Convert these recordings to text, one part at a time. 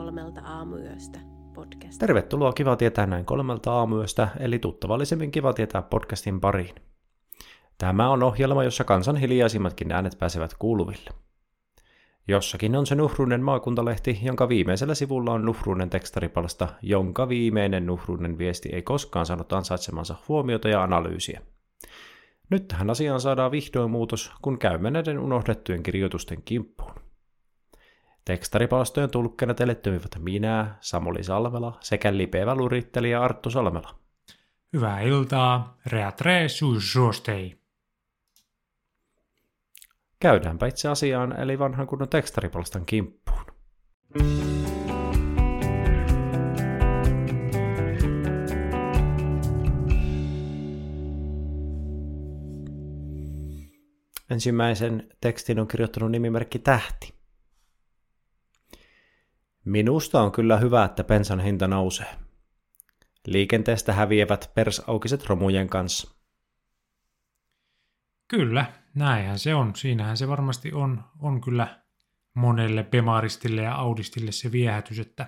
3 aamuyöstä podcast. Tervetuloa Kiva tietää näin 3 aamuyöstä, eli tuttavallisemmin Kiva tietää podcastin pariin. Tämä on ohjelma, jossa kansan hiljaisimmatkin äänet pääsevät kuuluville. Jossakin on se Nuhrunen maakuntalehti, jonka viimeisellä sivulla on Nuhrunen tekstaripalsta, jonka viimeinen Nuhrunen viesti ei koskaan saanut ansaitsemansa huomiota ja analyysiä. Nyt tähän asiaan saadaan vihdoin muutos, kun käymme näiden unohdettujen kirjoitusten kimppuun. Tekstaripalstojen tulkkena teille toimivat minä, Samuli Salmela, sekä lipevä lurittelija Arttu Salmela. Hyvää iltaa, reatre suostei. Käydäänpä itse asiaan, eli vanhan kunnon tekstaripalstan kimppuun. Ensimmäisen tekstin on kirjoittanut nimimerkki Tähti. Minusta on kyllä hyvä, että bensan hinta nousee. Liikenteestä häviävät persaukiset romujen kanssa. Kyllä, näinhän se on. Siinähän se varmasti on kyllä monelle Bemaristille ja Audistille se viehätys, että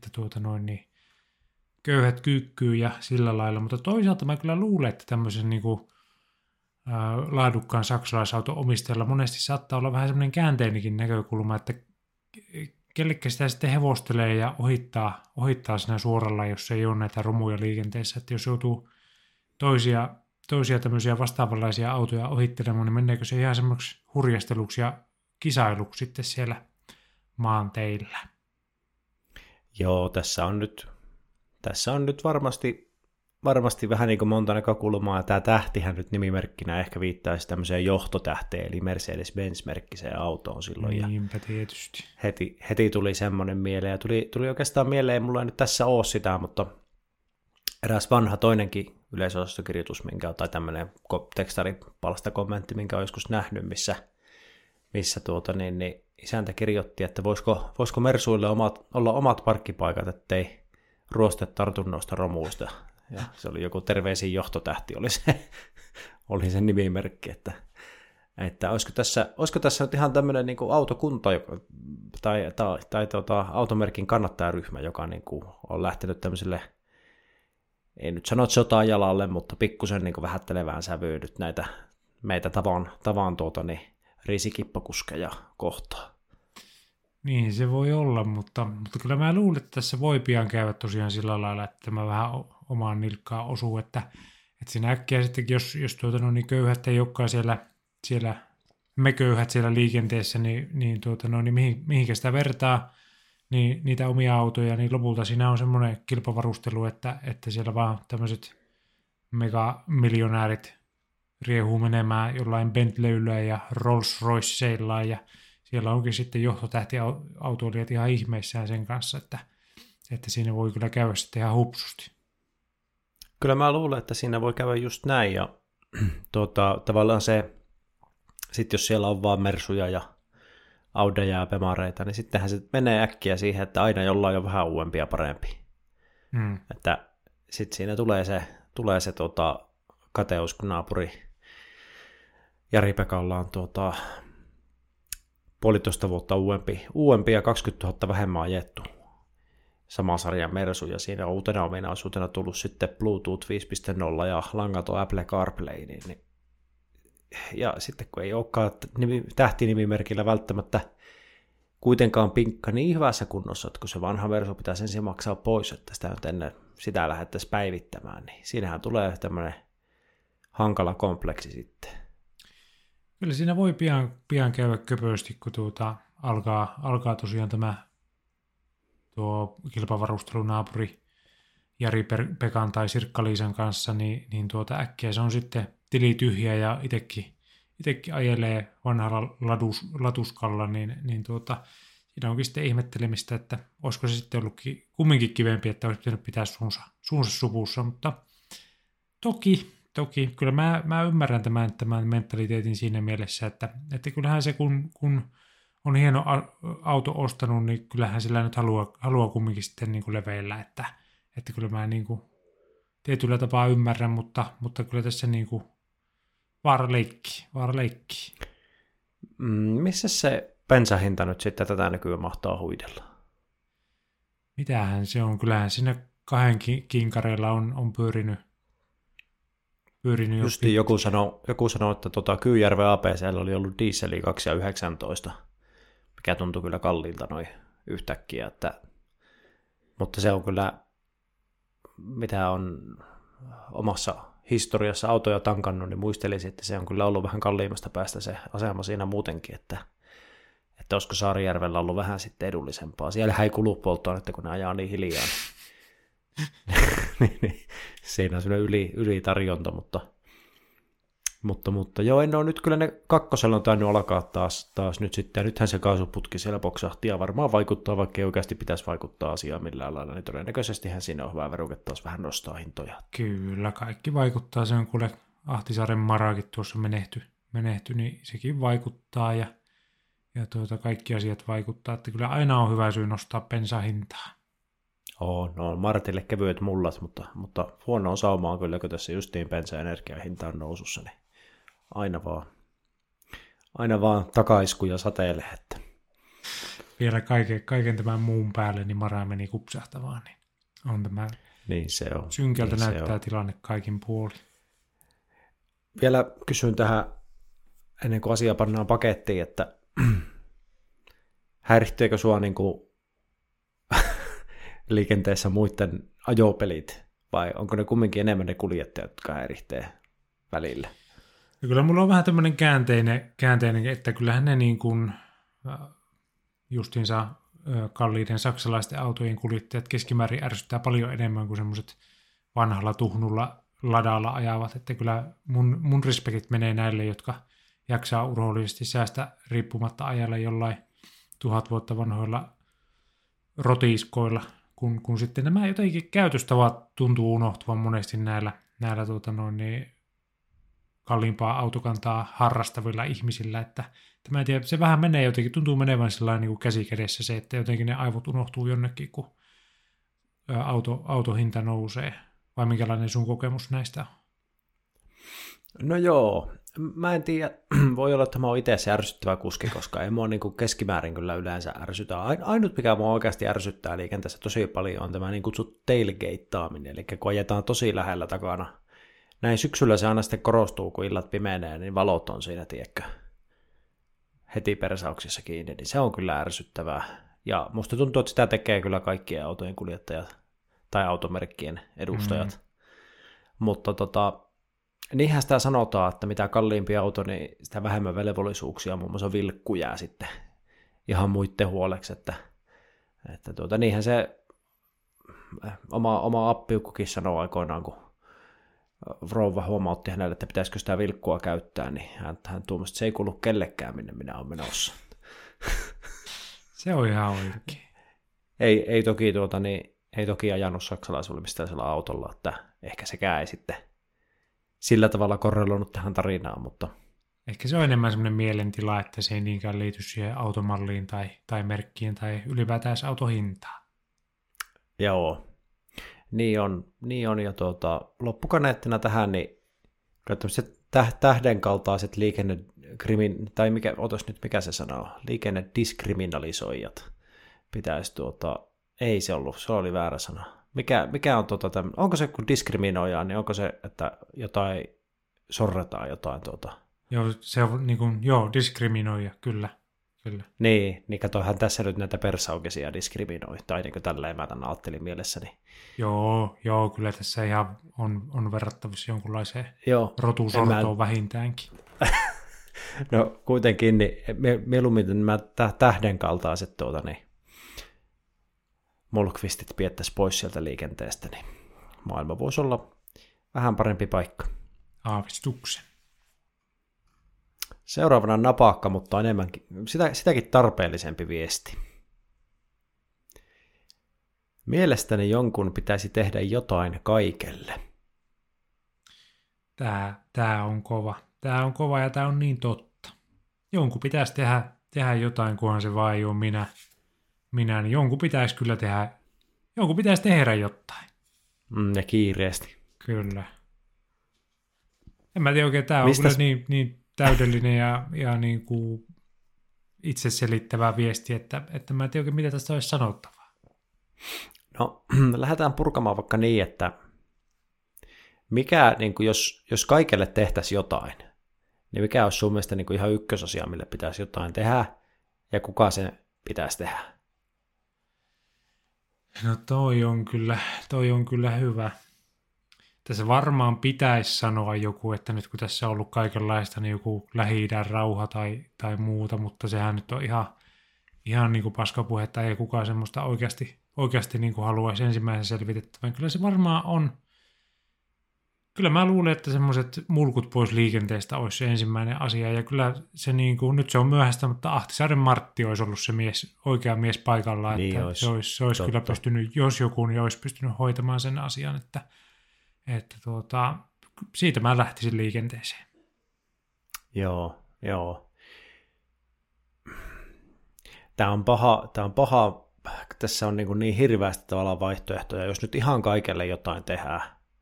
köyhät kyykkyy ja sillä lailla. Mutta toisaalta mä kyllä luulen, että tämmöisen laadukkaan saksalaisauton omistajalla monesti saattaa olla vähän semmoinen käänteinikin näkökulma, että kellekä sitä sitten hevostelee ja ohittaa siinä suoralla, jos ei ole näitä romuja liikenteessä. Että jos joutuu toisia tämmöisiä vastaavanlaisia autoja ohittelemaan, niin menneekö se ihan semmoiksi hurjasteluksi ja kisailuksi sitten siellä maanteillä? Joo, tässä on nyt varmasti vähän niin kuin monta näkökulmaa. Tämä tähtihän nyt nimimerkkinä ehkä viittaisi tämmöiseen johtotähteen, eli Mercedes-Benz-merkkiseen autoon silloin. Niinpä tietysti. Heti tuli semmoinen mieleen, ja tuli oikeastaan mieleen, mulla ei nyt tässä ole sitä, mutta eräs vanha toinenkin yleisosastokirjoitus, tai tämmöinen tekstaripalstakommentti, minkä olen joskus nähnyt, missä isäntä kirjoitti, että voisiko Mersuille olla omat parkkipaikat, ettei ruoste tartu noista romuista. Ja se oli joku terveisin johtotähti, oli se nimimerkki, että olisiko tässä nyt ihan tämmöinen niin kuin autokunta tai automerkin kannattajaryhmä, joka niin kuin on lähtenyt tämmöiselle, ei nyt sano sotajalalle, mutta pikkusen niin kuin vähättelevään sävyyn nyt näitä meitä tavan risikippakuskeja kohtaan. Niin se voi olla, mutta kyllä mä luulen, että tässä voi pian käydä tosiaan sillä lailla, että mä vähän omaan nilkkaan osuu, että siinä äkkiä sittenkin, jos köyhät ei olekaan siellä me köyhät siellä liikenteessä, niin mihinkä sitä vertaa, niin niitä omia autoja, niin lopulta siinä on semmoinen kilpavarustelu, että siellä vaan tämmöiset megamiljonäärit riehuu menemään jollain Bentleyllä ja Rolls-Royceilla ja siellä onkin sitten johtotähtiautoilijat ihan ihmeissään sen kanssa, että siinä voi kyllä käydä sitten ihan hupsusti. Kyllä mä luulen, että siinä voi käydä just näin ja tavallaan se, sitten jos siellä on vaan Mersuja ja Audeja ja Bemareita, niin sittenhän se menee äkkiä siihen, että aina jollain on vähän uudempi ja parempi. Että sitten siinä tulee se kateus, kun naapuri Jari-Pekalla on 1,5 vuotta uudempi ja 20 000 vähemmän ajettu sama sarjan Mersu, ja siinä uutena ominaisuutena tullut sitten Bluetooth 5.0 ja langaton Apple CarPlay, ja sitten kun ei olekaan tähtinimimerkillä välttämättä kuitenkaan pinkka niin hyvässä kunnossa, että kun se vanha Mersu pitäisi ensin maksaa pois, että sitä nyt ennen sitä lähdettäisiin päivittämään, niin siinähän tulee tämmöinen hankala kompleksi sitten. Kyllä siinä voi pian käydä köpösti, kun alkaa tosiaan tuo kilpavarustelunaapuri Jari-Pekan tai Sirkka-Liisan kanssa, niin äkkiä se on sitten tili tyhjä ja itsekin ajelee vanhalla latuskalla, niin siinä onkin sitten ihmettelemistä, että olisiko se sitten ollutkin kumminkin kivempi, että olisi pitänyt pitää suunsa supussa, mutta toki kyllä mä ymmärrän tämän mentaliteetin siinä mielessä, että kyllähän se kun on hieno auto ostanut, niin kyllähän sillä nyt haluaa kumminkin sitten niin kuin leveillä, että kyllä mä niin kuin tietyllä tapaa ymmärrän, mutta kyllä tässä niin kuin vaaraleikki. Missä se bensahinta nyt sitten tätä nykyään mahtaa huidella? Mitähän se on? Kyllähän siinä 2 kinkareilla on pyörinyt Justiin joku sanoi, että Kyyjärven APC:llä oli ollut dieseli 2,19, mikä tuntui kyllä kalliilta noin yhtäkkiä, mutta se on kyllä, mitä on omassa historiassa autoja tankannut, niin muistelisin, että se on kyllä ollut vähän kalliimmasta päästä se asema siinä muutenkin, että olisiko Saarijärvellä ollut vähän sitten edullisempaa. Siellä ei kulu polttoainetta, kun ne ajaa niin hiljaa. Siinä on sellainen ylitarjonta, mutta joo, nyt kyllä ne 2 on tainnut alkaa taas nyt sitten, ja nythän se kaasuputki siellä poksahti, ja varmaan vaikuttaa, vaikka ei oikeasti pitäisi vaikuttaa asiaan millään lailla, niin todennäköisestihän siinä on hyvä veruke taas vähän nostaa hintoja. Kyllä, kaikki vaikuttaa, se on kuule Ahtisaaren Marakin tuossa menehty, niin sekin vaikuttaa, ja kaikki asiat vaikuttaa, että kyllä aina on hyvä syy nostaa bensahintaa. No Martille kevyet mullat, mutta huonoa saumaa kyllä, kun tässä justiin bensa- ja energiahinta on nousussa, niin aina vaan takaiskuja sateelle. Että. Vielä kaiken tämän muun päälle, niin Mara meni kupsahtamaan, niin on tämä niin se on. Synkältä niin näyttää tilanne kaikin puolin. Vielä kysyn tähän, ennen kuin asia pannaan pakettiin, että häirittyykö sua niin kuin liikenteessä muiden ajopelit, vai onko ne kumminkin enemmän ne kuljettajat, jotka häiritsee välillä? Ja kyllä mulla on vähän tämmöinen käänteinen, että kyllähän ne niin kuin justiinsa kalliiden saksalaisten autojen kuljettajat keskimäärin ärsyttää paljon enemmän kuin semmoiset vanhalla tuhnulla ladalla ajavat, että kyllä mun respektit menee näille, jotka jaksaa urhoollisesti säästä riippumatta ajalla jollain 1000 vuotta vanhoilla rotiiskoilla, kun sitten nämä jotenkin käytöstavat tuntuu unohtuvan monesti näillä kalliimpaa autokantaa harrastavilla ihmisillä, että mä en tiedä, se vähän menee jotenkin, tuntuu menevän sellainen niin kuin käsi kädessä se, että jotenkin ne aivot unohtuu jonnekin, kun autohinta nousee, vai minkälainen sun kokemus näistä on? No joo, mä en tiedä, voi olla, että mä oon itse se ärsyttävä kuski, koska ei mua niin kuin keskimäärin kyllä yleensä ärsytä. Ainut, mikä mua oikeasti ärsyttää liikenteessä tosi paljon, on tämä niin kutsuttu tailgateaaminen, eli kun ajetaan tosi lähellä takana. Näin syksyllä se aina sitten korostuu, kun illat pimenee, niin valot on siinä, tiedätkö, heti persauksissa kiinni, niin se on kyllä ärsyttävää. Ja musta tuntuu, että sitä tekee kyllä kaikkien autojen kuljettajat tai automerkkien edustajat. Mutta niinhän sitä sanotaan, että mitä kalliimpi auto, niin sitä vähemmän velvollisuuksia, muun muassa vilkku jää sitten ihan muitten huoleksi, että niinhän se oma appiukkukin sanoo aikoinaan, kun rouva huomautti hänelle, että pitäisikö sitä vilkkua käyttää, niin hän tuumasi, että se ei kuulu kellekään, minne minä olen menossa. Se on ihan oikein. Ei toki ajanut saksalaisvalmistaisella autolla, että ehkä sekään ei sitten sillä tavalla korreloinut tähän tarinaan, mutta ehkä se on enemmän semmoinen mielentila, että se ei niinkään liity siihen automalliin tai merkkiin tai ylipäätään autohintaan. Joo, niin on ja loppukaneettina tähän, niin tämmöiset tähden kaltaiset tai mikä se sanoo, liikennediskriminalisoijat pitäisi ei se ollut, se oli väärä sana. Mikä on onko se kun diskriminoidaan, niin onko se, että jotain sorretaan jotain Joo, se on niin kuin, diskriminoija, kyllä. Niin katoihan tässä nyt näitä persaukesia diskriminoi, tai niin kuin tälleen mä tämän ajattelin mielessäni. Joo, kyllä tässä ihan on verrattavissa jonkunlaiseen rotusortoon vähintäänkin. No kuitenkin, niin mieluummin nämä tähden kaltaiset molkvistit piettäisi pois sieltä liikenteestä, niin maailma voisi olla vähän parempi paikka. Aavistuksen. Seuraavana napakka, mutta enemmänkin sitäkin tarpeellisempi viesti. Mielestäni jonkun pitäisi tehdä jotain kaikelle. Tämä on kova. Tämä on kova ja tämä on niin totta. Jonkun pitäisi tehdä jotain, kunhan se vaan ei ole minä, niin jonkun pitäisi kyllä tehdä jotain. Ja kiireesti. Kyllä. En mä tiedä oikein, tämä on kyllä niin täydellinen ja niin kuin itse selittävä viesti, että mä en tiedä oikein, mitä tästä olisi sanottavaa. No, lähdetään purkamaan vaikka niin, että mikä, niin kuin jos kaikelle tehtäisiin jotain, niin mikä olisi sun mielestä niin kuin ihan ykkösasia, mille pitäisi jotain tehdä, ja kuka sen pitäisi tehdä? No toi on kyllä hyvä. Tässä varmaan pitäisi sanoa joku, että nyt kun tässä on ollut kaikenlaista, niin joku Lähi-idän rauha tai muuta, mutta sehän nyt on ihan niin kuin paskapuhetta, ei kukaan semmoista oikeasti niin kuin haluaisi ensimmäisen selvitettävän. Kyllä se varmaan on. Kyllä mä luulen, että semmoiset mulkut pois liikenteestä olisi se ensimmäinen asia, ja kyllä se niin kuin, nyt se on myöhäistä, mutta Ahtisaaren Martti olisi ollut se oikea mies paikalla, Niin että olisi. se olisi kyllä pystynyt, jos joku, niin olisi pystynyt hoitamaan sen asian, että siitä mä lähtisin liikenteeseen. Joo. Tämä on paha, tässä on niin hirveästi tavallaan vaihtoehtoja, jos nyt ihan kaikelle jotain tehdään.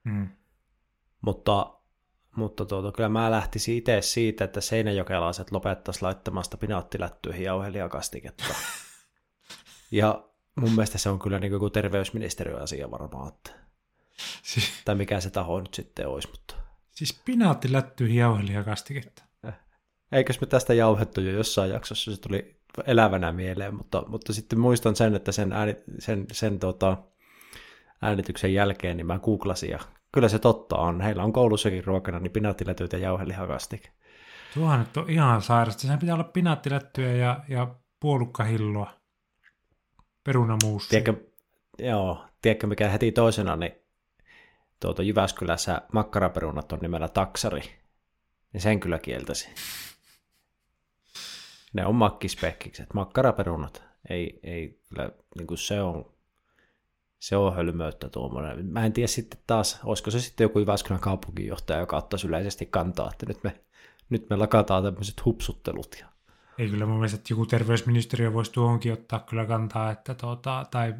Mutta kyllä mä lähtisin itse siitä, että seinäjokelaiset lopettaisiin laittamasta pinaattilättyihin jauhelijakastiketta. Ja mun mielestä se on kyllä niin kuin terveysministeriön asia varmaan, että tai mikä se taho nyt sitten olisi. Mutta siis pinaattilättyihin jauhelijakastiketta. Eikös me tästä jauhettu jo jossain jaksossa, se tuli elävänä mieleen, mutta sitten muistan sen, että sen äänityksen jälkeen niin mä googlasin ja kyllä se totta on. Heillä on koulussakin ruokana niin pinaattilätyt ja jauhelihakastike. Tuohan nyt on ihan sairasta. Sehän pitää olla pinaattilättyä ja puolukkahilloa. Perunamuussia. Tiedätkö mikä heti toisena, niin Jyväskylässä makkaraperunat on nimellä taksari. Niin sen kyllä kieltäisi. Ne on makkispekkikset, makkaraperunat. Ei kyllä, niin kuin se on hölmöyttä tuommoinen. Mä en tiedä sitten taas, olisiko se sitten joku Jyväskylän kaupunginjohtaja, joka ottaisi yleisesti kantaa, että nyt me lakataan tämmöiset hupsuttelut. Ei kyllä mun mielestä, että joku terveysministeriö voisi tuohonkin ottaa kyllä kantaa, että tai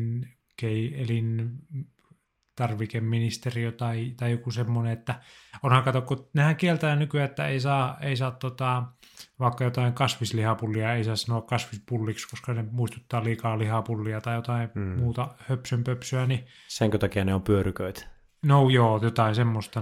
elintarvikeministeriö tai joku semmoinen, että onhan kato, kun nehän kieltää nykyään, että ei saa vaikka jotain kasvislihapullia, ei saa sanoa kasvispulliksi, koska ne muistuttaa liikaa lihapullia tai jotain muuta höpsönpöpsöä. Niin, senkö takia ne on pyöryköitä? No joo, jotain semmoista,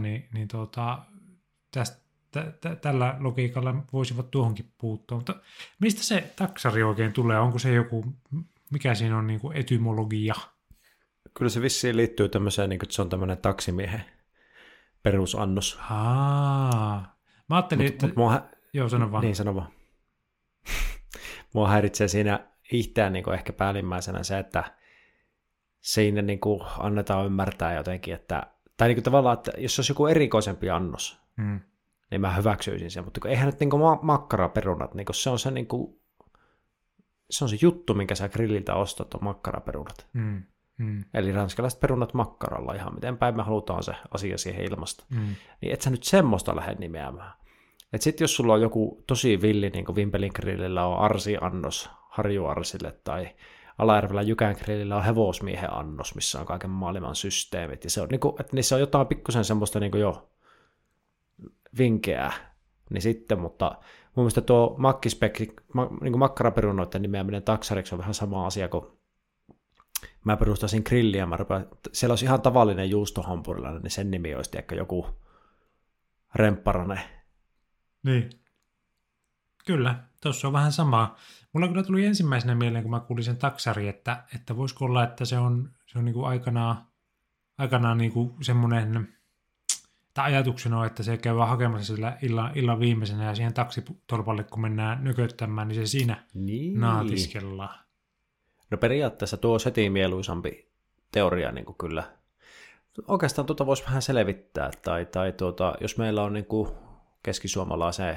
tällä logiikalla voisivat tuohonkin puuttua. Mutta mistä se taksari oikein tulee? Onko se joku, mikä siinä on niin kuin etymologia? Kyllä se vissiin liittyy tämmöiseen, niin kuin, että se on tämmöinen taksimiehen perusannos. Mä ajattelin, että joo, sano vaan. Niin, sano vaan. Mua häiritsee siinä itseään niin kuin ehkä päällimmäisenä se, että siinä niin kuin annetaan ymmärtää jotenkin, että, tai niin kuin tavallaan, että jos olisi joku erikoisempi annos, niin mä hyväksyisin sen, mutta eihän nyt niin kuin makkaraperunat, niin kuin se on se, niin kuin, se on se juttu, minkä sä grilliltä ostat, on makkaraperunat. Eli ranskalaiset perunat makkaralla, ihan miten päin me halutaan se asia siihen ilmasta. Niin et sä nyt semmoista lähde nimeämään. Et sit jos sulla on joku tosi villi, niin kuin Vimpelin grillillä on arsiannos harjuarsille, tai Alajärvellä Jykän grillillä on hevosmiehen annos, missä on kaiken maailman systeemit, ja se on, niin kuin, että niissä on jotain pikkusen semmoista niin kuin jo vinkeää, niin sitten, mutta mun mielestä tuo niin makkaraperunoiden nimeäminen taksariksi on vähän sama asia kuin mä perustaisin grilliä, siellä olisi ihan tavallinen juustohampurilainen, niin sen nimi olisi ehkä joku rempparane. Niin. Kyllä, tuossa on vähän samaa. Mulla kyllä tuli ensimmäisenä mieleen, kun mä kuulin sen taksari, että voisiko olla, että se on niin kuin aikanaan niin kuin semmoinen, tai ajatuksena on, että se käy vaan hakemassa sillä illan viimeisenä ja siihen taksitolpalle, kun mennään nököttämään, niin se siinä naatiskellaan. No periaatteessa tuo olisi heti mieluisampi teoria niin kuin kyllä. Oikeastaan voisi vähän selvittää, tai jos meillä on niin kuin keskisuomalaiseen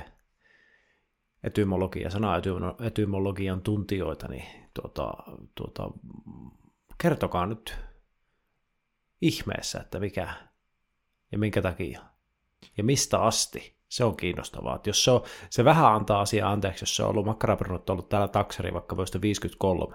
etymologian tuntijoita, niin kertokaa nyt ihmeessä, että mikä ja minkä takia ja mistä asti. Se on kiinnostavaa. Että jos se vähän antaa asiaa anteeksi, jos se on ollut makkaraperunat ollut täällä taksari vaikka vuodesta 53.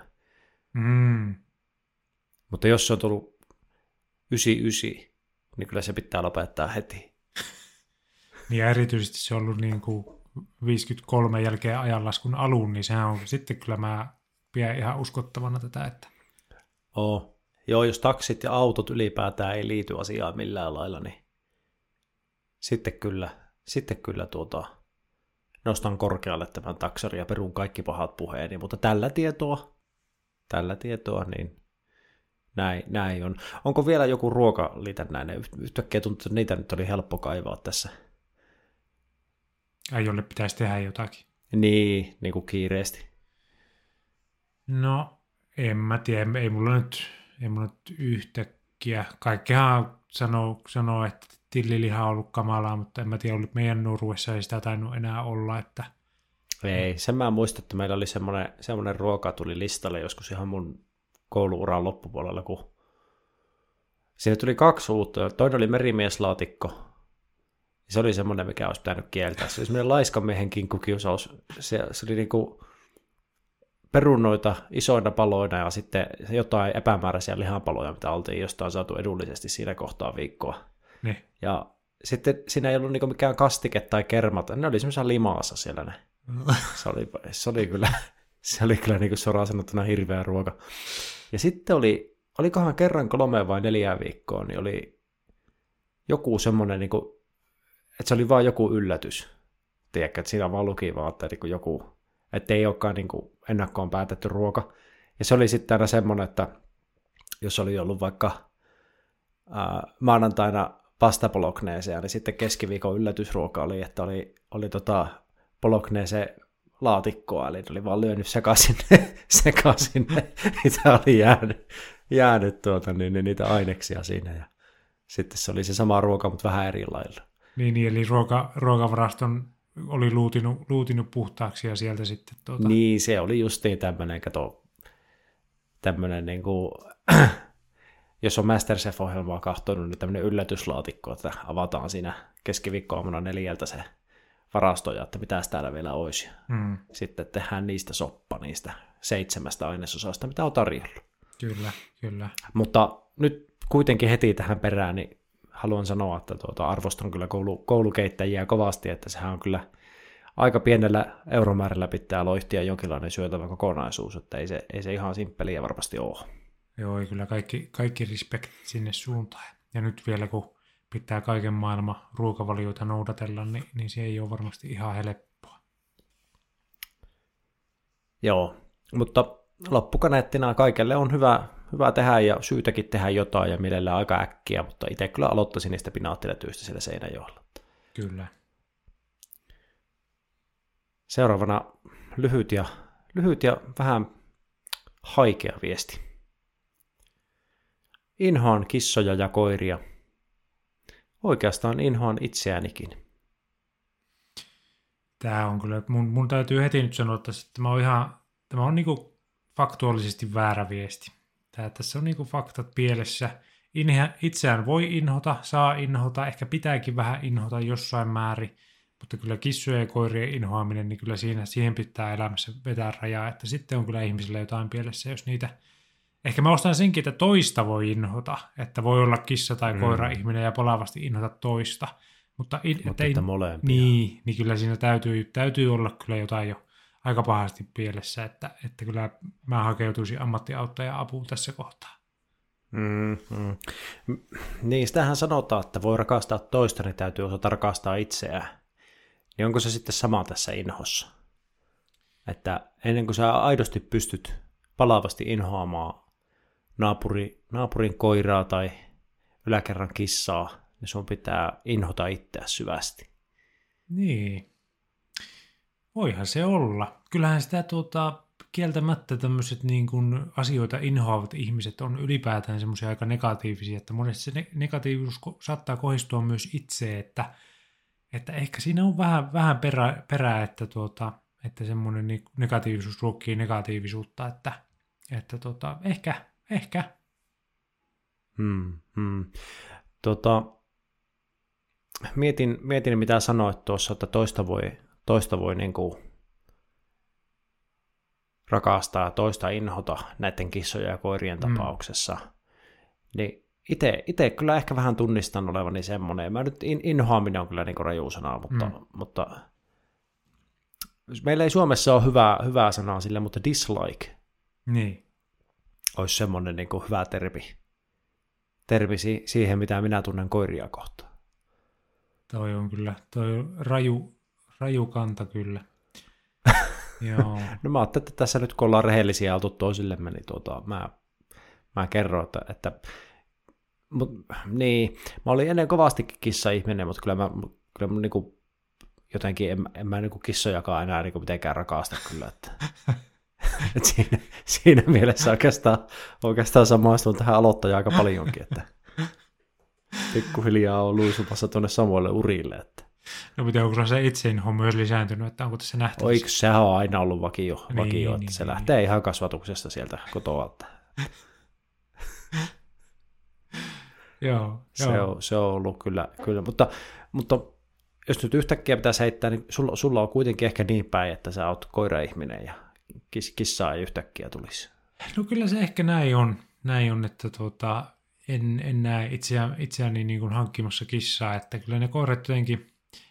Mutta jos se on tullut 99, niin kyllä se pitää lopettaa heti. Niin ja erityisesti se on ollut niin kuin 53 jälkeen ajanlaskun alun, niin sehän on sitten kyllä mä pidän ihan uskottavana tätä, että Joo, jos taksit ja autot ylipäätään ei liity asiaan millään lailla, niin sitten kyllä nostan korkealle tämän taksarin ja perun kaikki pahat puheeni, mutta tällä tietoa, niin näin on. Onko vielä joku ruokaliitännäinen? Yhtäkkiä tuntuu, että niitä nyt oli helppo kaivaa tässä. Jolle pitäisi tehdä jotakin. Niin kuin kiireesti. No, en mä tiedä. Ei mulla nyt yhtäkkiä. Kaikkihan sanoo, että tilliliha on ollut kamalaa, mutta en mä tiedä, meidän nuoruudessa ei sitä tainnut enää olla. Että... Ei, sen mä muistan, että meillä oli semmoinen ruoka tuli listalle joskus ihan mun kouluuran loppupuolella, kun siinä tuli 2 uutta. Toinen oli merimieslaatikko. Se oli semmoinen, mikä olisi pitänyt kieltää. Se oli semmoinen laiskanmiehen kinkkukiusaus. Se oli niinku perunoita isoina paloina ja sitten jotain epämääräisiä lihanpaloja, mitä oltiin jostain saatu edullisesti siinä kohtaa viikkoa. Niin. Ja sitten siinä ei ollut niinku mikään kastike tai kermat. Ne oli semmoisia limaassa siellä ne. Se oli kyllä niinku suoraan sanottuna hirveä ruoka. Ja sitten olikohan kerran 3 vai 4 viikkoa, niin oli joku semmoinen, niinku, että se oli vaan joku yllätys. Tiedätkö, että siinä vaan luki vaan, että niinku joku, että ei olekaan niinku ennakkoon päätetty ruoka. Ja se oli sitten aina semmoinen, että jos oli ollut vaikka maanantaina pasta bolognese, niin sitten keskiviikon yllätysruoka oli, että oli bolognese laatikkoa, eli oli vaan lyönyt sekaisin mitä oli jäänyt niitä aineksia siinä, ja sitten se oli se sama ruoka, mutta vähän eri lailla. Niin, eli ruokavaraston oli luutinut puhtaaksi, ja sieltä sitten... Niin, se oli justiin tämmöinen niin kuin, jos on Masterchef-ohjelmaa katsonut, niin tämmöinen yllätyslaatikko, että avataan siinä keskiviikkoaamuna 4 se varastoja, että mitäs täällä vielä olisi. Sitten tehdään niistä soppa, niistä 7 ainesosasta, mitä on tarjolla. Kyllä. Mutta nyt kuitenkin heti tähän perään, niin haluan sanoa, että arvostan kyllä koulukeittäjiä kovasti, että sehän on kyllä aika pienellä euromäärällä pitää loihtia jonkinlainen syötävä kokonaisuus, että ei se ihan simppeliä varmasti ole. Joo, kyllä kaikki respektit sinne suuntaan. Ja nyt vielä kun pitää kaiken maailman ruokavalioita noudatella, niin se ei ole varmasti ihan helppoa. Joo, mutta loppukaneettina kaikelle on hyvä tehdä ja syytäkin tehdä jotain ja mielellään aika äkkiä, mutta itse kyllä aloittaisin niistä pinaattiletyistä siellä Seinäjoella. Kyllä. Seuraavana lyhyt ja vähän haikea viesti. Inhoan kissoja ja koiria. Oikeastaan inhoan itseäänikin. Tämä on kyllä, mun täytyy heti nyt sanoa, että tämä on niinku faktuaalisesti väärä viesti. Tässä on niinku faktat pielessä. Itseään voi inhota, saa inhota, ehkä pitääkin vähän inhota jossain määrin, mutta kyllä kissojen ja koirien inhoaminen, niin kyllä siihen pitää elämässä vetää rajaa, että sitten on kyllä ihmisillä jotain pielessä, jos niitä... Ehkä mä ostan senkin, että toista voi inhota, että voi olla kissa tai koira ihminen ja palavasti inhota toista. Mutta molempia. Niin kyllä siinä täytyy olla kyllä jotain jo aika pahasti pielessä, että kyllä mä hakeutuisin ammattiauttajan apuun tässä kohtaa. Niin, sitähän sanotaan, että voi rakastaa toista, niin täytyy osata rakastaa itseään. Niin onko se sitten sama tässä inhossa? Että ennen kuin sä aidosti pystyt palavasti inhoamaan naapurin koiraa tai yläkerran kissaa, niin sun pitää inhota itseä syvästi. Niin. Voihan se olla. Kyllähän sitä kieltämättä tämmöiset niin kuin asioita inhoavat ihmiset on ylipäätään semmoisia aika negatiivisia, että monesti se negatiivisuus saattaa kohdistua myös itse, että ehkä siinä on vähän perää että semmoinen negatiivisuus ruokkii negatiivisuutta, että ehkä. Mietin mitä sanoit tuossa, että toista voi niin kuin rakastaa ja toista inhota näiden kissojen ja koirien tapauksessa. Niin itse kyllä ehkä vähän tunnistan olevani semmoinen. Mä nyt inhoaminen on kyllä niin kuin raju sanaa, mutta meillä ei Suomessa ole hyvää sanaa sille, mutta dislike. Niin. olisi semmoinen niin kuin hyvä tervi siihen, mitä minä tunnen koiria kohtaan. Toi on raju kanta kyllä. Joo. No mä ajattelin, että tässä nyt kun ollaan rehellisiä oltu toisillemme, niin mä kerron, että niin, mä olin ennen kovastikin kissa-ihminen, mutta kyllä mä niin kuin, jotenkin en mä niin kuin kissojakaan enää niin kuin mitenkään rakasta kyllä, että siinä mielessä oikeastaan samaistun tähän aloittajaan aika paljonkin, että pikkuhiljaa on luisumassa tuonne samoille urille. Että. No mutta onko se itseinho myös lisääntynyt, että onko tässä nähty? Oiko sehän on aina ollut vakio niin, että se lähtee ihan kasvatuksesta sieltä kotoa. Joo. Se on ollut kyllä. Mutta jos nyt yhtäkkiä pitäisi heittää, niin sulla on kuitenkin ehkä niin päin, että sä oot koira-ihminen ja kissaa ei yhtäkkiä tulisi. No kyllä se ehkä näin on että en näe itseäni niin kuin hankkimassa kissaa, että kyllä ne koirat jotenkin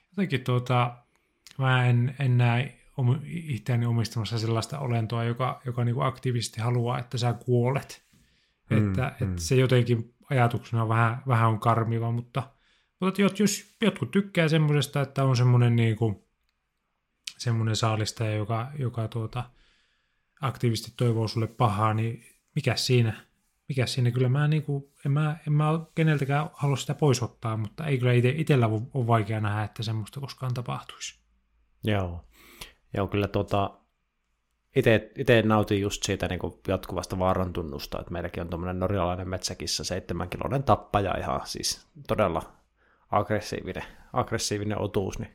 mä en näe itseäni omistamassa sellaista olentoa, joka niin kuin aktiivisesti haluaa, että sä kuolet. Että se jotenkin ajatuksena vähän on karmiva, mutta jos jotkut tykkää semmoisesta, että on semmoinen niin kuin semmoinen saalistaja, joka aktiivisesti toivoo sulle pahaa, niin mikä siinä kyllä mä niinku, en mä keneltäkään halua sitä pois ottaa, mutta ei kyllä itsellä ole vaikea nähdä, että semmoista koskaan tapahtuisi. Joo kyllä itse nautin just siitä niin kuin jatkuvasta vaarantunnusta, että meilläkin on tuommoinen norjalainen metsäkissa 7-kiloinen tappaja, ihan siis todella aggressiivinen otuus, niin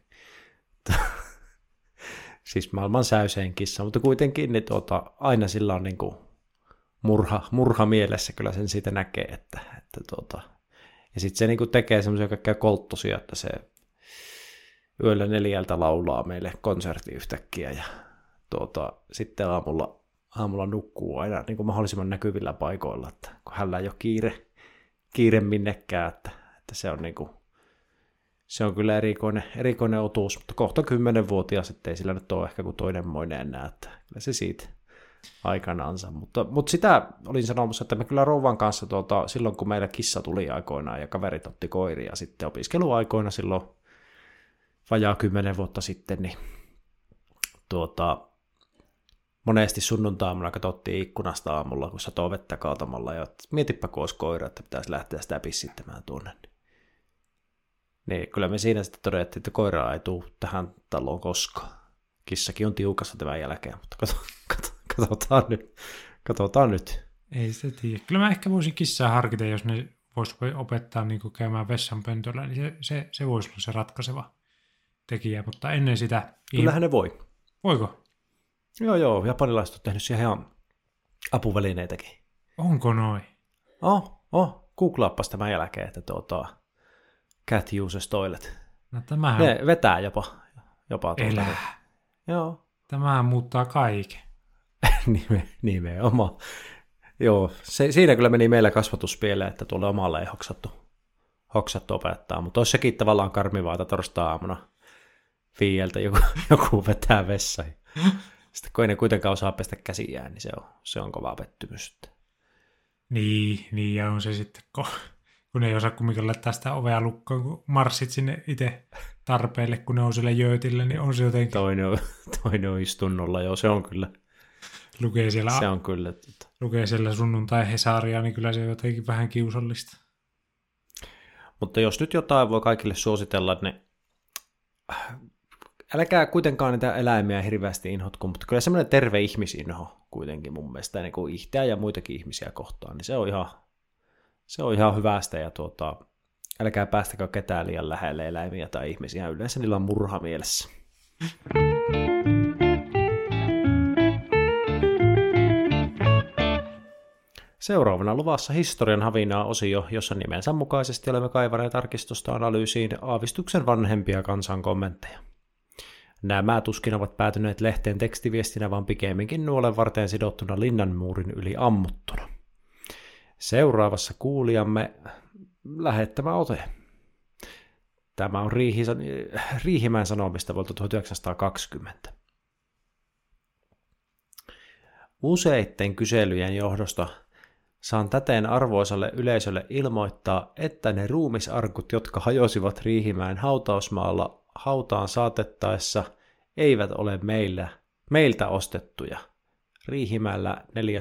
siis maailman säysein kissa, mutta kuitenkin niin aina sillä on niin kuin murha mielessä, kyllä sen siitä näkee, että ja sitten se niin kuin tekee semmoisia kaikkea kolttosia, että se yöllä 4 laulaa meille konsertti yhtäkkiä ja sitten aamulla nukkuu aina niin kuin mahdollisimman näkyvillä paikoilla, että kun hänellä ei ole kiire minnekään, että se on niin kuin, se on kyllä erikoinen otuus, mutta kohta 10-vuotias, että ei sillä nyt ole ehkä kuin toinenmoinen enää, että kyllä se siitä aikanaansa. Mutta sitä olin sanomassa, että me kyllä rouvan kanssa silloin, kun meillä kissa tuli aikoinaan ja kaverit otti koiria sitten opiskeluaikoina silloin vajaa 10 vuotta sitten, niin monesti sunnuntaamuna katsottiin ikkunasta aamulla, kun satoi vettä kaatamalla ja mietipä kun olisi koira, että pitäisi lähteä sitä pissittämään tuonne. Niin kyllä me siinä sitten todettiin, että koiraa ei tule tähän taloon koskaan. Kissakin on tiukassa tämän jälkeen, mutta katsotaan nyt. Ei se tiedä. Kyllä mä ehkä voisin kissaa harkita, jos ne vois opettaa niin kuin käymään vessanpöntöllä, niin se voisi olla se ratkaiseva tekijä, mutta ennen sitä... Kyllähän ne voi. Voiko? Joo, japanilaiset on tehnyt siihen ihan apuvälineitäkin. Onko noin? Googlaappas tämän jälkeen, että cat uses toilet. No tämähän... Ne vetää jopa Elää. Joo. Tämähän muuttaa kaiken. Nimenomaan. Joo, siinä kyllä meni meillä kasvatuspieleen, että tuolle omalle ei hoksattu opettaa, mutta olisi sekin tavallaan karmivaa, että torstai-aamuna Fieltä joku vetää vessaan. Sitten kun ei ne kuitenkaan osaa pestä käsiään, niin se on kova pettymys. Niin, ja on se sitten, kun ei osaa kumminkaan laittaa sitä ovea lukkoon, kun marssit sinne itse tarpeelle, kun ne on siellä jöötillä, niin on se jotenkin... Toinen on istunnolla, joo, se on kyllä. Se on kyllä. Lukee siellä sunnuntai-hesaria, niin kyllä se on jotenkin vähän kiusallista. Mutta jos nyt jotain voi kaikille suositella, niin älkää kuitenkaan niitä eläimiä hirveästi inhotko, mutta kyllä semmoinen terve ihmisinho kuitenkin mun mielestä, niin kuin itseä ja muitakin ihmisiä kohtaan, niin se on ihan hyvästä ja älkää päästäkö ketään liian lähelle eläimiä tai ihmisiä, yleensä niillä on murha mielessä. Seuraavana luvassa historian havinaa osio, jossa nimensä mukaisesti olemme kaivaneet arkistosta analyysiin aavistuksen vanhempia kansan kommentteja. Nämä tuskin ovat päätyneet lehteen tekstiviestinä, vaan pikemminkin nuolen varteen sidottuna linnanmuurin yli ammuttuna. Seuraavassa kuulijamme lähettämä ote. Tämä on Riihimäen Sanomista vuodelta 1920. Useitten kyselyjen johdosta Saan täten arvoisalle yleisölle ilmoittaa, että ne ruumisarkut, jotka hajosivat Riihimäen hautausmaalla hautaan saatettaessa, eivät ole meiltä ostettuja. Riihimäellä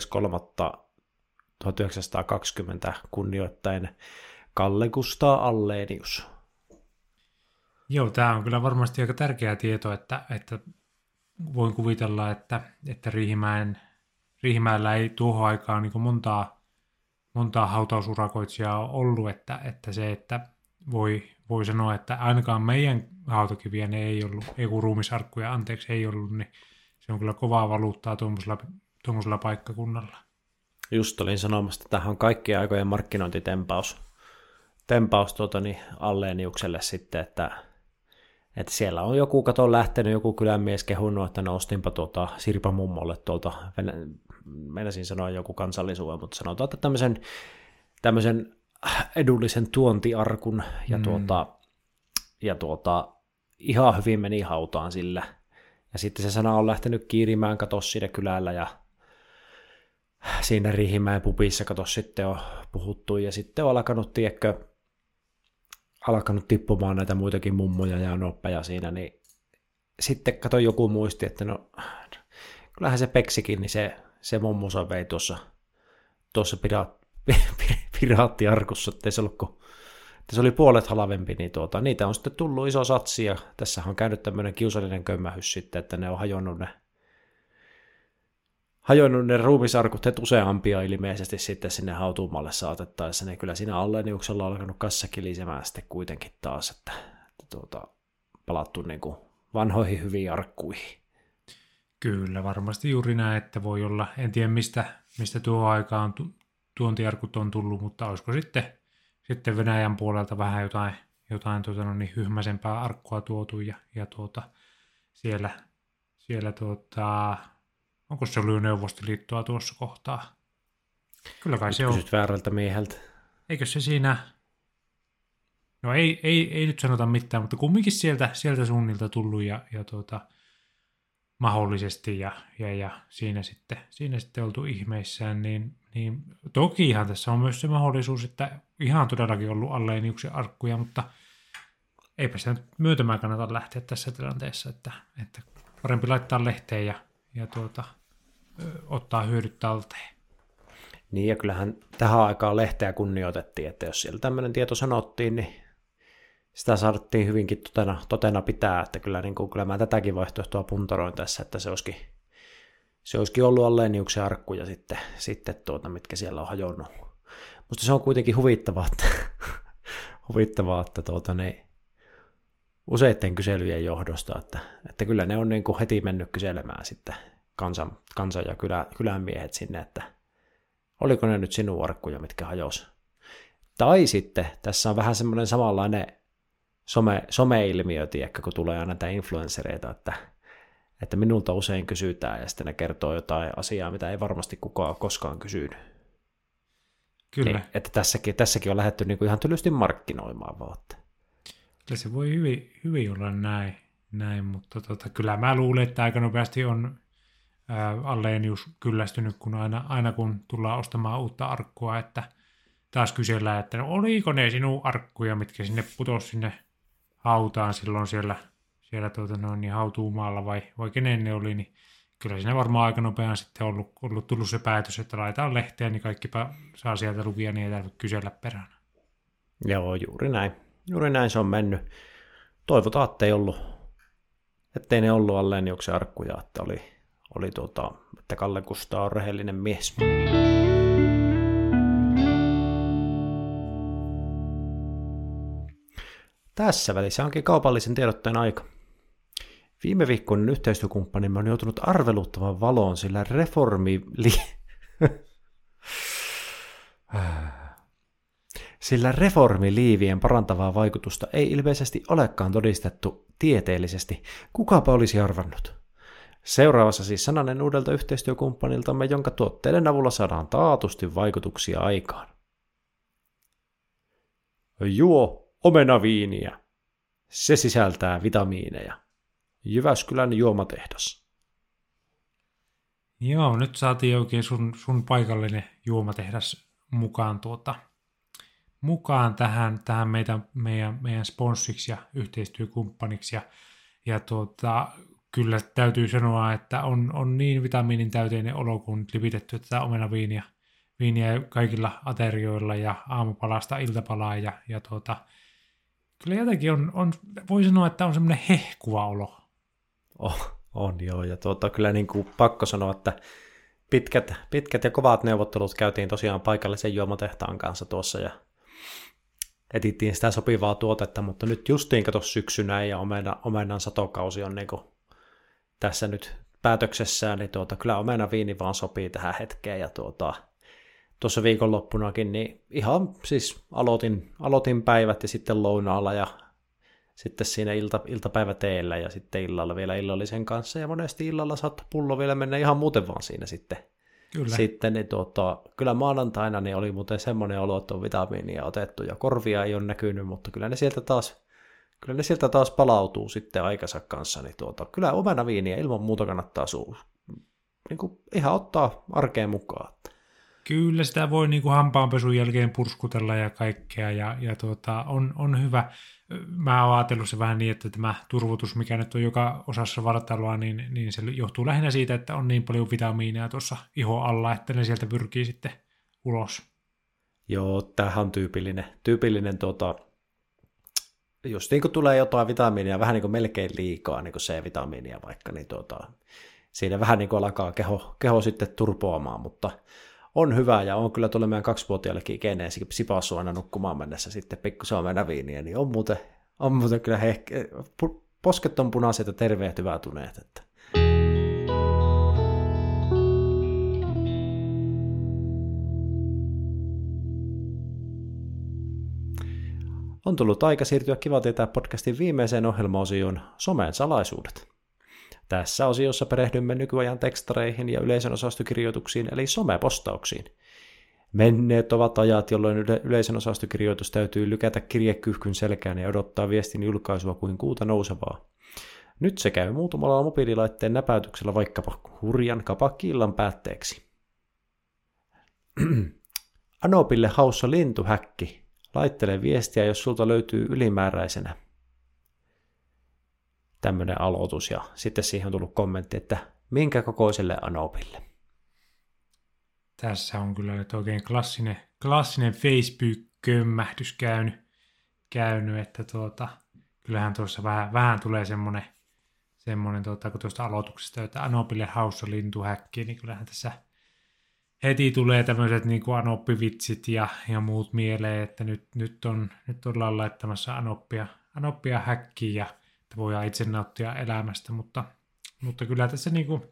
4.3.1920 kunnioittaen Kalle Kustaa Allenius. Joo, tämä on kyllä varmasti aika tärkeä tieto, että voin kuvitella, että Riihimäellä ei tuohon aikaan niin montaa hautausurakoitsijaa ollut, että se, että voi sanoa, että ainakaan meidän hautakiviä ne ei ollut, ruumisarkkuja, anteeksi, ei ollut, niin se on kyllä kovaa valuuttaa tuommoisella paikkakunnalla. Just olin sanomassa, että tämähän on kaikkien aikojen markkinointitempaus Alleniukselle sitten, että siellä on joku lähtenyt, joku kylänmies kehunnut, että no ostinpa Sirpa mummolle meinasin sanoa joku kansallisuuden, mutta sanotaan, että tämmöisen edullisen tuontiarkun ja ihan hyvin meni hautaan sillä. Ja sitten se sana on lähtenyt kiirimään, katos siinä kylällä ja siinä Riihimäen pubissa, katos sitten on puhuttu ja sitten on alkanut tippumaan näitä muitakin mummoja ja noppeja siinä, niin sitten kato joku muisti, että no kyllähän se Peksikin, niin se mummonsa vei tuossa piraattiarkussa, että se oli puolet halvempi, niin niitä on sitten tullut iso satsi, ja tässä on käynyt tämmöinen kiusallinen kömmähys sitten, että ne on hajonnut ne ruumisarkut useampia ilmeisesti sitten sinne hautuumalle saatettaessa, niin kyllä siinä Alleniuksella on alkanut kassa kilisemään sitten kuitenkin taas, että palattu niin kuin vanhoihin hyviin arkkuihin. Kyllä, varmasti juuri näin, että voi olla, en tiedä mistä tuohon aikaan tuontiarkut on tullut, mutta olisiko sitten Venäjän puolelta vähän jotain hyhmäsempää arkkua tuotu ja siellä onko se ollut jo Neuvostoliittoa tuossa kohtaa? Kyllä kai se on. Kysyt väärältä mieheltä. Eikö se siinä, no ei nyt sanota mitään, mutta kumminkin sieltä suunnilta tullut ja mahdollisesti ja siinä sitten oltu ihmeissään, niin tokihan tässä on myös se mahdollisuus, että ihan todellakin ollut Alleniuksen arkkuja, mutta eipä sitä myötämään kannata lähteä tässä tilanteessa, että parempi laittaa lehteen ja ottaa hyödyt talteen. Niin, ja kyllähän tähän aikaan lehteä kunnioitettiin, että jos siellä tämmöinen tieto sanottiin, niin sitä saatiin hyvinkin totena pitää, että kyllä mä tätäkin vaihtoehtoa puntaroin tässä, että se olisikin ollut Alleniuksen arkkuja sitten mitkä siellä on hajonnut. Musta se on kuitenkin huvittavaa, että useiden kyselyjen johdosta, että kyllä ne on niin kuin heti mennyt kyselemään sitten kansan ja kylän miehet sinne, että oliko ne nyt sinun arkkuja, mitkä hajosi. Tai sitten tässä on vähän semmoinen samanlainen some-ilmiö, tiedäkö, kun tulee aina näitä influenssereita, että minulta usein kysytään ja sitten ne kertoo jotain asiaa, mitä ei varmasti kukaan ole koskaan kysynyt. Kyllä. Niin, että tässäkin on lähdetty niin kuin ihan tylysti markkinoimaan vaan. Kyllä se voi hyvin olla näin, mutta kyllä mä luulen, että aika nopeasti on Allenius kyllästynyt, kun aina kun tullaan ostamaan uutta arkkua, että taas kysellään, että oliko ne sinun arkkuja, mitkä sinne putosi sinne hautaan silloin siellä hautuumaalla vai kenen ne oli, niin kyllä siinä varmaan aika nopeasti sitten ollut tullut se päätös, että laitetaan lehteen, niin kaikkipa saa sieltä lukia, niin ei tarvitse kysellä perään. Joo, juuri näin. Juuri näin se on mennyt. Toivotaan, ettei ne ollut Alleniuksen arkkuja, että että Kalle Kustaa on rehellinen mies. Tässä välissä onkin kaupallisen tiedotteen aika. Viime viikkoinen yhteistyökumppanimme on joutunut arveluttavan valoon, sillä reformiliivien parantavaa vaikutusta ei ilmeisesti olekaan todistettu tieteellisesti. Kukapa olisi arvannut? Seuraavassa siis sananen uudelta yhteistyökumppaniltamme, jonka tuotteiden avulla saadaan taatusti vaikutuksia aikaan. Juo omenaviiniä. Se sisältää vitamiineja. Jyväskylän juomatehdas. Joo, nyt saatiin oikein sun paikallinen juomatehdas mukaan tähän meidän sponssiksi ja yhteistyökumppaniksi. Ja kyllä täytyy sanoa, että on niin vitamiinin täyteinen olo, kun nyt lipitetty tätä omenaviiniä kaikilla aterioilla ja aamupalasta iltapalaa. Ja kyllä jotenkin voi sanoa, että on semmoinen hehkuva olo. On joo, ja kyllä niin kuin pakko sanoa, että pitkät ja kovat neuvottelut käytiin tosiaan paikallisen juomatehtaan kanssa tuossa ja etittiin sitä sopivaa tuotetta, mutta nyt justiin kato syksynä ja omenan satokausi on niin kuin tässä nyt päätöksessään, niin kyllä omenaviini vaan sopii tähän hetkeen ja tuossa viikonloppunakin niin ihan siis aloitin päivät ja sitten lounaalla ja sitten siinä iltapäiväteellä ja sitten illalla vielä illallisen kanssa ja monesti illalla saattoi pullo vielä mennä ihan muuten vaan siinä sitten. Kyllä. Sitten niin kyllä maanantaina niin oli muuten semmoinen olo, että on vitamiinia otettu ja korvia ei ole näkynyt, mutta kyllä ne sieltä taas palautuu sitten aikansa kanssa. Niin kyllä omenaviiniä ilman muuta kannattaa niin kuin ihan ottaa arkeen mukaan. Kyllä sitä voi niin kuin hampaanpesun jälkeen purskutella ja kaikkea ja on hyvä. Mä oon ajatellut se vähän niin, että tämä turvotus, mikä nyt on joka osassa vartaloa, niin se johtuu lähinnä siitä, että on niin paljon vitamiineja tuossa ihon alla, että ne sieltä pyrkii sitten ulos. Joo, tämähän on tyypillinen just niin kuin tulee jotain vitamiinia, vähän niin kuin melkein liikaa, niin kuin C-vitamiinia vaikka, niin siinä vähän niin kuin alkaa keho sitten turpoamaan, mutta on hyvä, ja on kyllä tuolle meidän 2-vuotiaallekin ikeneen sipassu aina nukkumaan mennessä sitten pikkusen omenaviiniä, niin on muuten kyllä posket on punaiset ja terveet hyvätuneet. Että. On tullut aika siirtyä Kiva tietää podcastin viimeiseen ohjelmaosioon Somen salaisuudet. Tässä osiossa perehdymme nykyajan tekstareihin ja yleisön osastokirjoituksiin, eli somepostauksiin. Menneet ovat ajat, jolloin yleisön osastokirjoitus täytyy lykätä kirjekyyhkyn selkään ja odottaa viestin julkaisua kuin kuuta nousevaa. Nyt se käy muutamalla mobiililaitteen näpäytyksellä vaikkapa hurjan kapakki-illan päätteeksi. Anopille haussa lintuhäkki. Laittele viestiä, jos sulta löytyy ylimääräisenä. Tämmöinen aloitus, ja sitten siihen on tullut kommentti, että minkä kokoiselle Anopille. Tässä on kyllä nyt oikein klassinen Facebook-kömmähdys käynyt, että kyllähän tuossa vähän tulee semmoinen kun tuosta aloituksesta, että Anopille haussa lintuhäkki, niin kyllähän tässä heti tulee tämmöiset niin kuin anoppivitsit ja muut mieleen, että nyt ollaan laittamassa anoppia häkkiin ja että voidaan itse nauttia elämästä, mutta kyllä tässä niin kuin,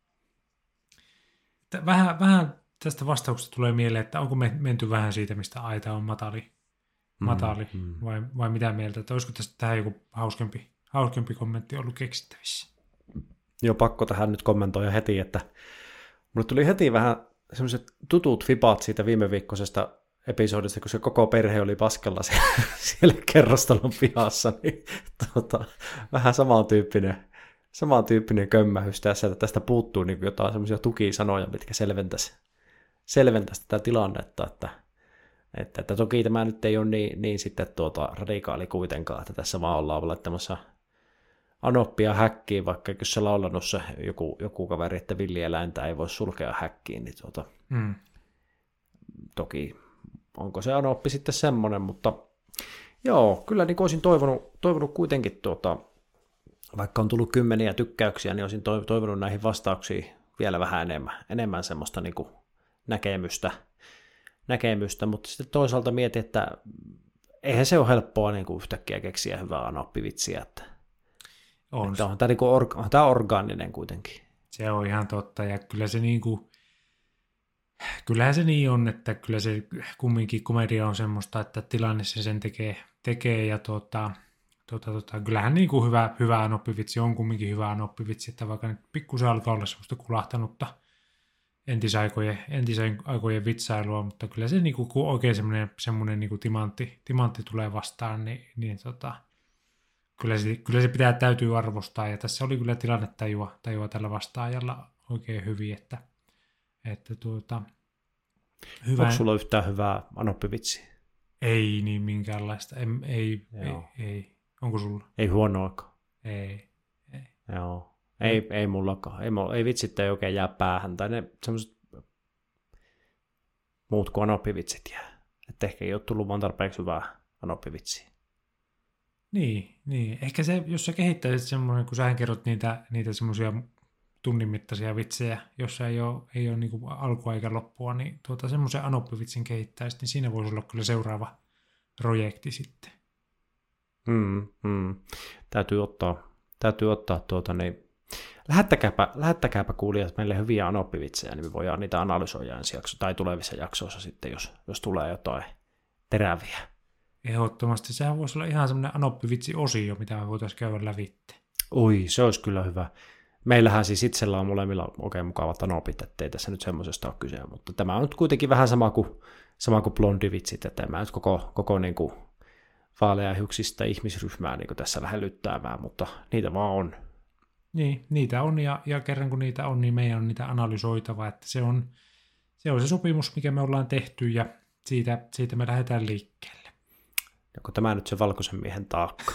vähän tästä vastauksesta tulee mieleen, että onko me menty vähän siitä, mistä aita on matali vai mitä mieltä, että olisiko tähän joku hauskempi kommentti ollut keksittävissä? Joo, pakko tähän nyt kommentoida heti, että mulle tuli heti vähän sellaiset tutut fipat siitä viime viikkoisesta episodista, kun se koko perhe oli paskalla siellä kerrostalon pihassa, niin vähän samantyyppinen kömmähys tässä, että tästä puuttuu niin jotain semmoisia tukisanoja, mitkä selventäisi tätä tilannetta, että toki tämä nyt ei ole niin sitten radikaali kuitenkaan, että tässä vaan ollaan laittamassa anoppia häkkiin, vaikka jos se laulannossa joku kaveri, että villieläintä ei voi sulkea häkkiin, niin toki onko se anoppi sitten semmoinen, mutta joo, kyllä niin olisin toivonut kuitenkin, vaikka on tullut kymmeniä tykkäyksiä, niin olisin toivonut näihin vastauksiin vielä vähän enemmän semmoista niin kuin näkemystä, mutta sitten toisaalta mietin, että eihän se ole helppoa niin kuin yhtäkkiä keksiä hyvää anoppivitsiä, että on tämä niin orgaaninen kuitenkin. Se on ihan totta, ja kyllä se niin kuin kyllähän se niin on, että kyllä se kumminkin komedia on semmoista, että tilanne se sen tekee ja kyllähän niin kuin hyvä anoppivitsi on kumminkin hyvä anoppivitsi, että vaikka nyt pikkusen alkaa olla semmoista kulahtanutta entisaikojen vitsailua, mutta kyllä se niin kuin, kun oikein semmoinen niin kuin timantti tulee vastaan, niin kyllä se täytyy arvostaa, ja tässä oli kyllä tilannetajua tällä vastaajalla oikein hyvin, että Hyvä. Onko sulla yhtään hyvää anoppivitsiä? Ei niin minkäänlaista. Ei. Onko sulla? Ei huonoakaan. Ei. Joo. Ei mullakaan. Ei vitsit ei oikein jää päähän. Tai ne semmoiset muut kuin anoppivitsit jää. Että ehkä ei ole tullut vaan tarpeeksi hyvää anoppivitsiä. Niin. Ehkä se, jos sä kehittäisit semmoinen, kun sähän kerrot niitä semmoisia tunnin mittaisia vitsejä, jossa ei ole niin kuin alkua eikä loppua, niin semmoisen anoppivitsin kehittäisit, niin siinä voisi olla kyllä seuraava projekti sitten. Täytyy ottaa niin. Lähettäkääpä kuulijat meille hyviä anoppivitsejä, niin me voidaan niitä analysoida ensi jakso tai tulevissa jaksoissa sitten, jos tulee jotain teräviä. Ehdottomasti. Sehän voisi olla ihan semmoinen anoppivitsi-osio, mitä me voitaisiin käydä lävitte. Oi, se olisi kyllä hyvä. Meillähän siis itsellä on molemmilla oikein mukavat anopit, ettei tässä nyt semmoisesta ole kyse, mutta tämä on nyt kuitenkin vähän sama kuin blondivitsit, että mä nyt koko niin kuin vaaleahiuksista ihmisryhmää niin kuin tässä lähden lyttäämään, mutta niitä vaan on. Niin, niitä on, ja kerran kun niitä on, niin meidän on niitä analysoitava, että se on se sopimus, mikä me ollaan tehty, ja siitä me lähdetään liikkeelle. Joko tämä nyt se valkoisen miehen taakka?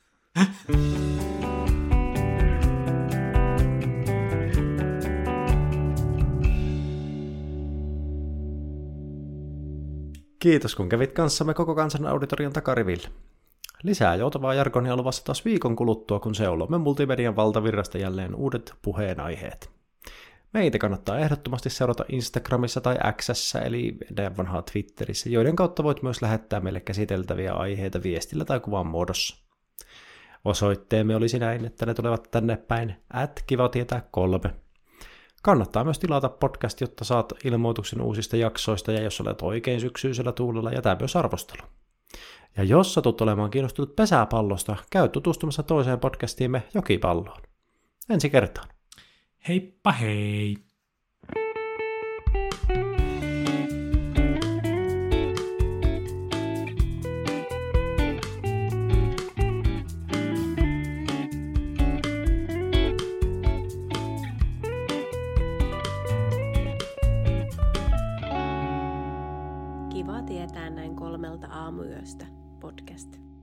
Kiitos, kun kävit kanssamme koko kansan auditorion takariville. Lisää joutavaa jargonia on luvassa taas viikon kuluttua, kun seulomme multimedian valtavirrasta jälleen uudet puheenaiheet. Meitä kannattaa ehdottomasti seurata Instagramissa tai X:ssä, eli edelleen vanhaa Twitterissä, joiden kautta voit myös lähettää meille käsiteltäviä aiheita viestillä tai kuvan muodossa. Osoitteemme olisi näin, että ne tulevat tänne päin @kivatietä3. Kannattaa myös tilata podcast, jotta saat ilmoituksen uusista jaksoista, ja jos olet oikein syksyisellä tuulella, jätä myös arvostelu. Ja jos satut olemaan kiinnostunut pesäpallosta, käy tutustumassa toiseen podcastiimme Jokipalloon. Ensi kertaan. Heippa hei! Kiva tietää näin 3 aamuyöstä podcast.